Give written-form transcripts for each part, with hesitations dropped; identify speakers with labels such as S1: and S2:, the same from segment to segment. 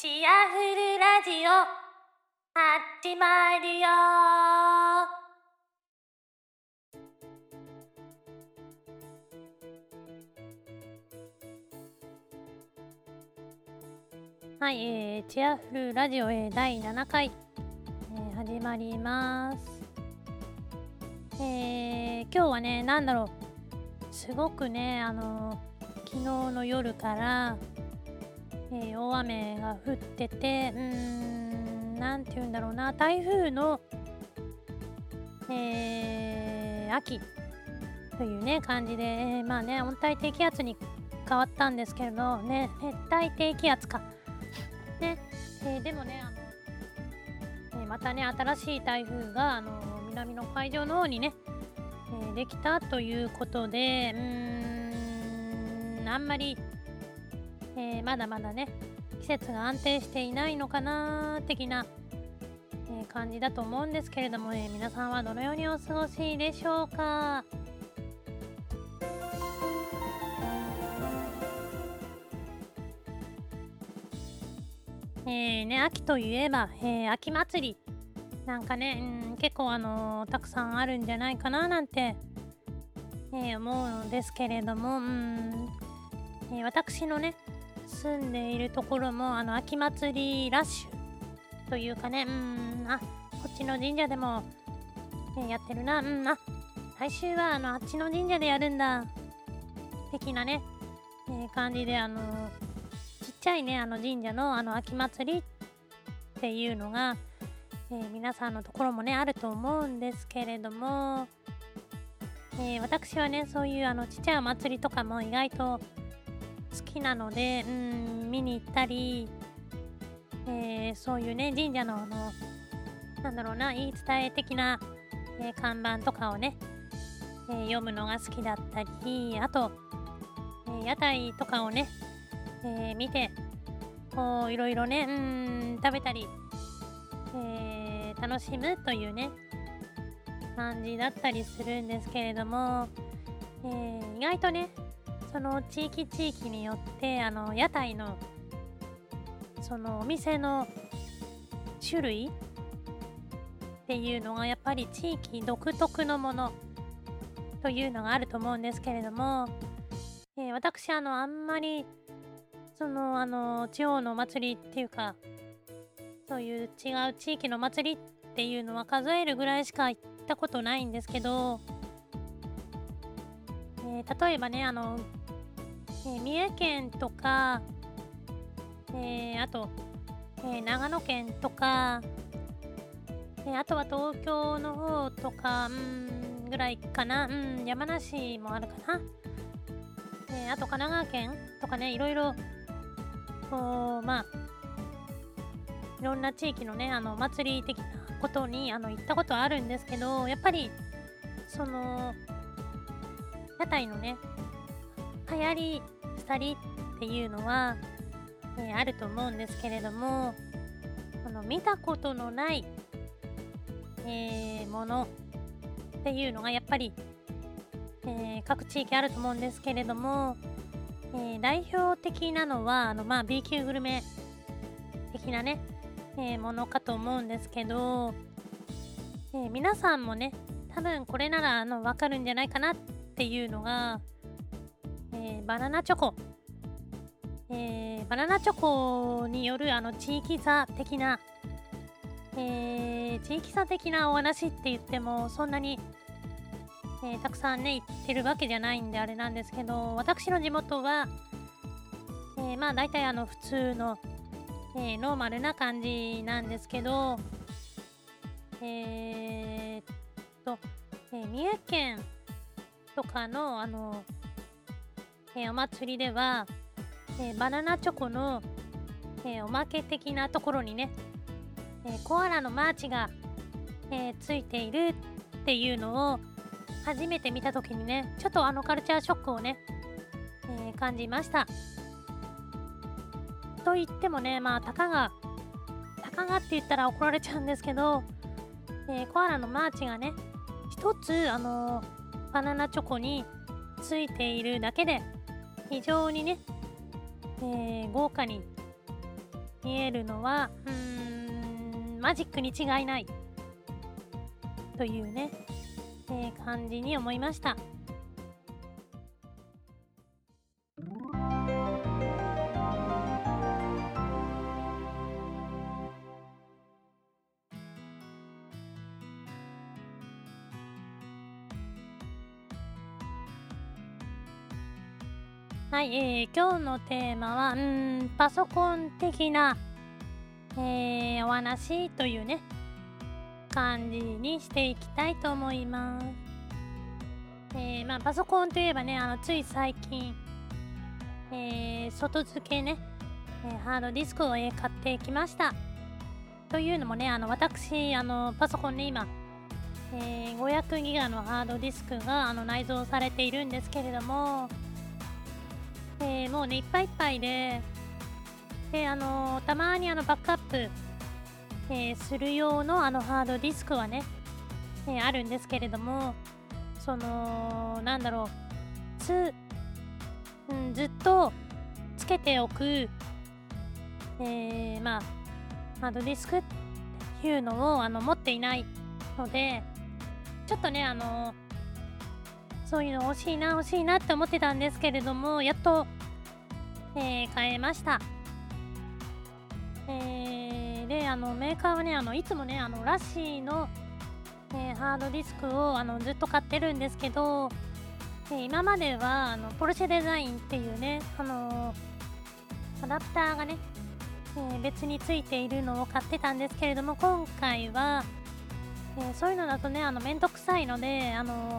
S1: チアフルラジオ始まるよ。はい、チアフルラジオ、第7回、始まります。今日はね、すごくね、昨日の夜から、大雨が降ってて、なんて言うんだろうな、台風の、秋というね、感じで、まあね、温帯低気圧に変わったんですけれど、ね、熱帯低気圧か。ね、でもね、またね、新しい台風が、南の海上の方にね、できたということで、あんまり、まだまだね、季節が安定していないのかな的な、感じだと思うんですけれども、皆さんはどのようにお過ごしでしょうか。秋といえば、秋祭りなんかね、結構たくさんあるんじゃないかななんて、思うのですけれども、私のね住んでいるところも秋祭りラッシュというかね、こっちの神社でも、やってるな、来週はあっちの神社でやるんだ的なね、感じでちっちゃいね神社の秋祭りっていうのが、皆さんのところもねあると思うんですけれども、私はねそういうちっちゃいお祭りとかも意外と好きなので、見に行ったり、そういうね神社のなんだろうな、言い伝え的な、看板とかをね、読むのが好きだったり、あと、屋台とかをね、見てこういろいろね、食べたり、楽しむというね感じだったりするんですけれども、意外とねその地域地域によって屋台のそのお店の種類っていうのがやっぱり地域独特のものというのがあると思うんですけれども、私あんまりその地方のお祭りっていうか、そういう違う地域の祭りっていうのは数えるぐらいしか行ったことないんですけど、例えばね三重県とか、あと、長野県とか、あとは東京の方とかぐらいかな、山梨もあるかな、あと神奈川県とかね、いろいろこういろんな地域のねお祭り的なことに行ったことはあるんですけど、やっぱりその屋台のね流行り廃りっていうのは、あると思うんですけれども、見たことのない、ものっていうのがやっぱり、各地域あると思うんですけれども、代表的なのはB 級グルメ的なね、ものかと思うんですけど、皆さんもね多分これならわかるんじゃないかなっていうのが、バナナチョコ、バナナチョコによる地域差的な、地域差的なお話って言ってもそんなに、たくさんね行ってるわけじゃないんであれなんですけど、私の地元は、大体普通の、ノーマルな感じなんですけど、三重県とかのお祭りでは、バナナチョコの、おまけ的なところにね、コアラのマーチが、ついているっていうのを初めて見た時にね、ちょっとカルチャーショックをね、感じました。と言ってもね、たかがって言ったら怒られちゃうんですけど、コアラのマーチがね一つバナナチョコについているだけで非常にね、豪華に、 見えるのはマジックに違いないというね、感じに思いました。はい、今日のテーマはパソコン的な、お話というね感じにしていきたいと思います。パソコンといえばね、つい最近、外付けね、ハードディスクを、買ってきました。というのもね、私パソコンね今、500ギガのハードディスクが内蔵されているんですけれども、もうねいっぱいいっぱいで、たまにバックアップ、する用のハードディスクはね、あるんですけれども、なんだろう、ずっとつけておく、ハードディスクっていうのを持っていないので、ちょっとねそういうの欲しいなって思ってたんですけれども、やっと、買えました。でメーカーはねいつもねラッシーの、ハードディスクをずっと買ってるんですけど、今まではポルシェデザインっていうねアダプターがね、別についているのを買ってたんですけれども、今回は、そういうのだとねめんどくさいので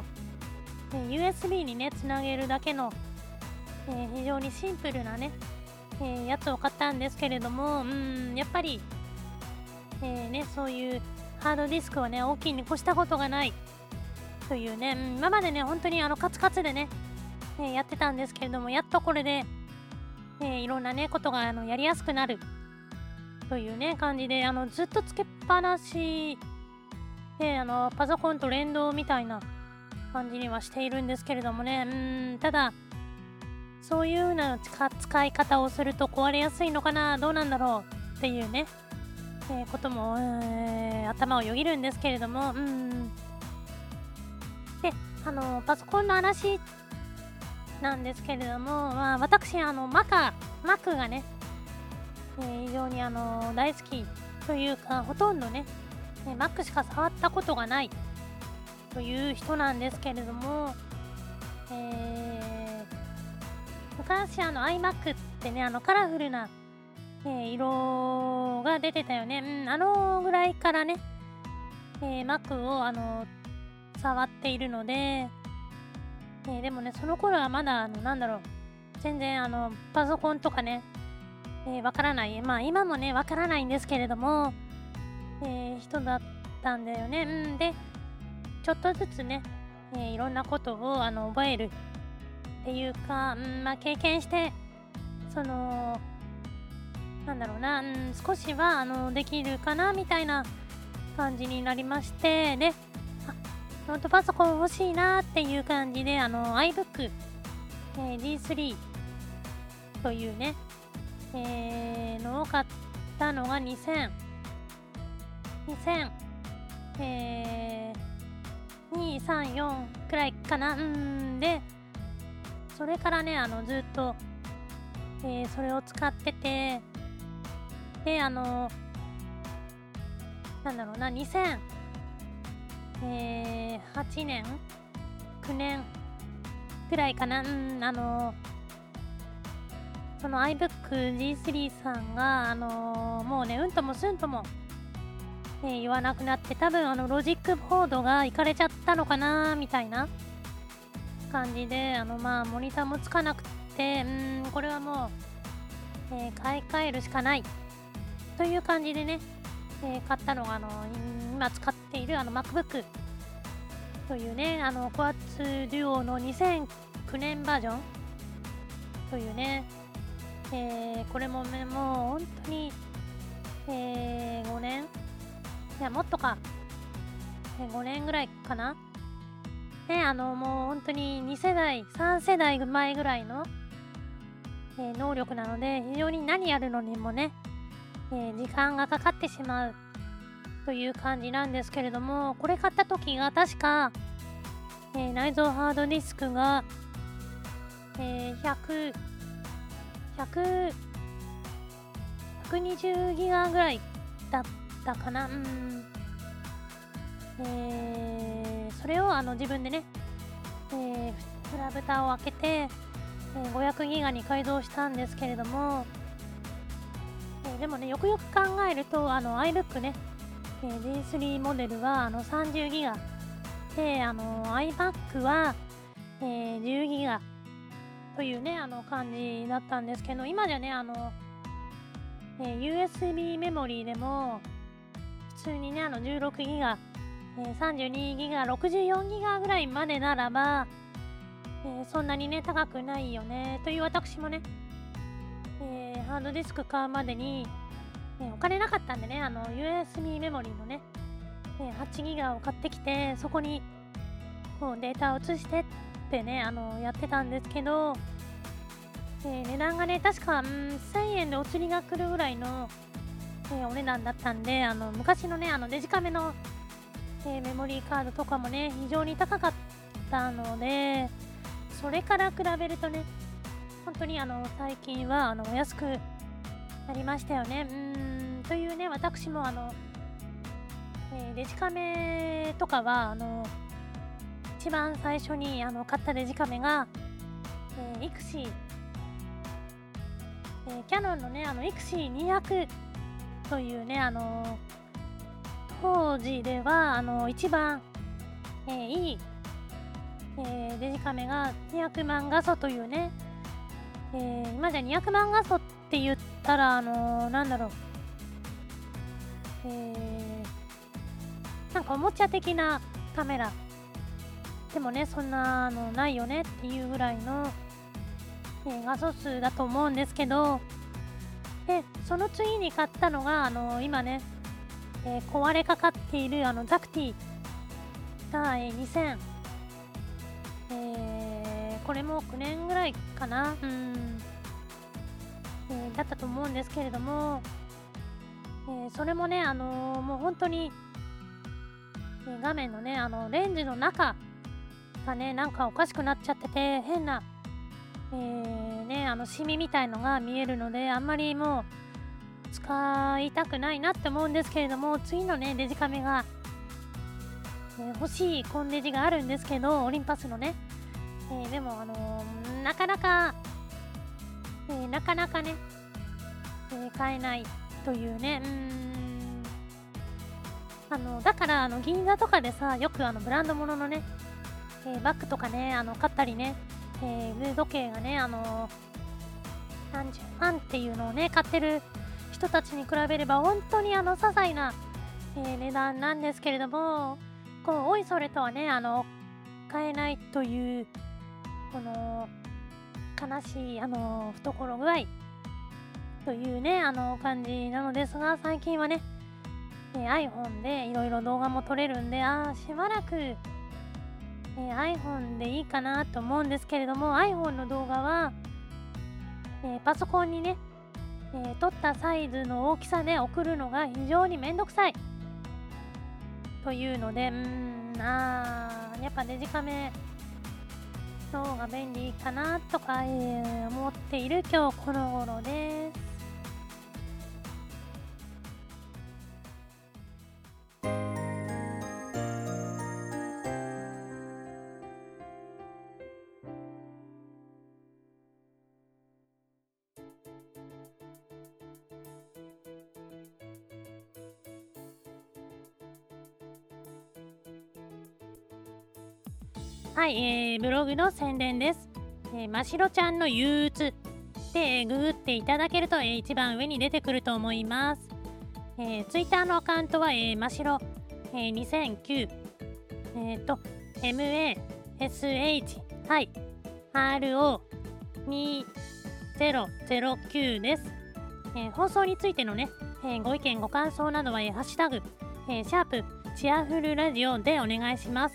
S1: USB にねつなげるだけの、非常にシンプルなね、やつを買ったんですけれども、やっぱり、そういうハードディスクはね大きいに越したことがないというね、今までね本当にカツカツでね、やってたんですけれども、やっとこれで、いろんなねことがやりやすくなるというね感じでずっとつけっぱなしでパソコンと連動みたいな感じにはしているんですけれどもね、ただそういう風な使い方をすると壊れやすいのかな、どうなんだろうっていうね、ことも、頭をよぎるんですけれども、でパソコンの話なんですけれども、私Macがね、非常に大好きというか、ほとんどねMac しか触ったことがないという人なんですけれども、昔iMac ってねカラフルな、色が出てたよね、ぐらいからね、Mac を触っているので、でもねその頃はまだ全然パソコンとかねわからない、今もねわからないんですけれども、人だったんだよね。でちょっとずつね、いろんなことを覚えるっていうか、経験して少しはできるかなみたいな感じになりまして、でノートパソコン欲しいなっていう感じでiBook、G3 というね、のを買ったのが20234くらいかな。でそれからねずっと、それを使ってて、で2008年9年くらいかな、その iBook G3 さんがもうねうんともすんとも、言わなくなって、多分ロジックボードがいかれちゃったのかなみたいな感じでモニターもつかなくて、これはもう、買い替えるしかないという感じでね、買ったのが今使っているMacBook というねコアツデュオの2009年バージョンというね、これもねもう本当に、5年いやもっとか、5年ぐらいかなね、もう本当に2世代3世代前ぐらいの、能力なので、非常に何やるのにもね、 時間がかかってしまうという感じなんですけれども、これ買った時が確か、内蔵ハードディスクが、120ギガぐらいだったかな。それを自分でね、裏蓋を開けて、500ギガに改造したんですけれども、でもね、よくよく考えるとiBook ね、G3 モデルは30ギガで、iMac は、10ギガというね感じだったんですけど、今じゃねUSB メモリーでも普通にね16ギガ、32ギガ、64ギガぐらいまでならば、そんなにね高くないよねという私もね、ハードディスク買うまでに、お金なかったんでねUSB メモリーのね、8ギガを買ってきて、そこにこうデータを移してってねやってたんですけど、値段がね確か、1000円でお釣りが来るぐらいの、お値段だったんで、昔のねデジカメの、メモリーカードとかもね非常に高かったので、それから比べるとね本当に最近はお安くなりましたよね。というね、私もデジカメとかは一番最初に買ったデジカメが、イクシー、キャノンのねイクシー200というね当時では一番、いい、デジカメが200万画素というね、今じゃ200万画素って言ったらなんだろう、なんかおもちゃ的なカメラでもねそんなないよねっていうぐらいの、画素数だと思うんですけど、でその次に買ったのが今ね、壊れかかっているザクティが、2000、これも9年ぐらいかな、だったと思うんですけれども、それもねもう本当に、画面のねレンズの中がねなんかおかしくなっちゃってて、変な、シミみたいのが見えるので、あんまりもう使いたくないなって思うんですけれども、次のねデジカメが、欲しいコンデジがあるんですけど、オリンパスのね、でもなかなかね、買えないというね、だから銀座とかでさ、よくブランド物のね、バッグとかね買ったりね、腕時計がね何十万っていうのをね買ってる人たちに比べれば本当に些細な、値段なんですけれども、こうおいそれとはね買えないというこの悲しい懐具合というね感じなのですが、最近はね、iPhone でいろいろ動画も撮れるんで、しばらく、iPhone でいいかなと思うんですけれども、 iPhone の動画は、パソコンにね、撮ったサイズの大きさで送るのが非常にめんどくさいというので、やっぱデジカメの方が便利かなとか、思っている今日この頃です。はい、ブログの宣伝です。ましろちゃんの憂鬱で、ググっていただけると、一番上に出てくると思います。ツイッターのアカウントは、ましろ、2009、MASH、はい、RO2009 です。放送についてのね、ご意見ご感想などは、ハッシュタグ、シャープチアフルラジオでお願いします。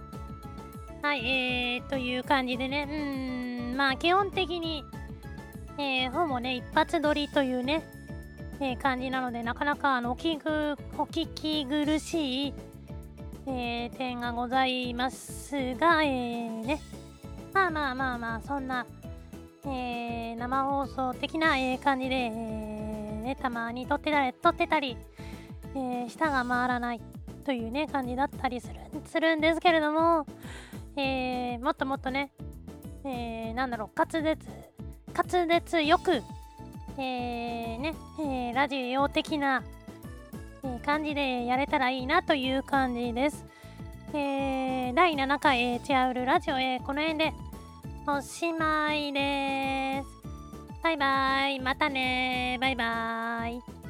S1: はい、という感じでね、基本的に、 ほぼね、一発撮りというね、感じなので、なかなかお聞き苦しい、点がございますが、ね、まあまあまあまあ、そんな、生放送的な、感じで、ね、たまに撮ってたり、舌が回らないというね、感じだったりするんですけれども、もっともっとね、なんだろう、滑舌よく、ラジオ的な、感じでやれたらいいなという感じです。第7回、チアウルラジオ、この辺でおしまいです。バイバイ。またね。バイバイ。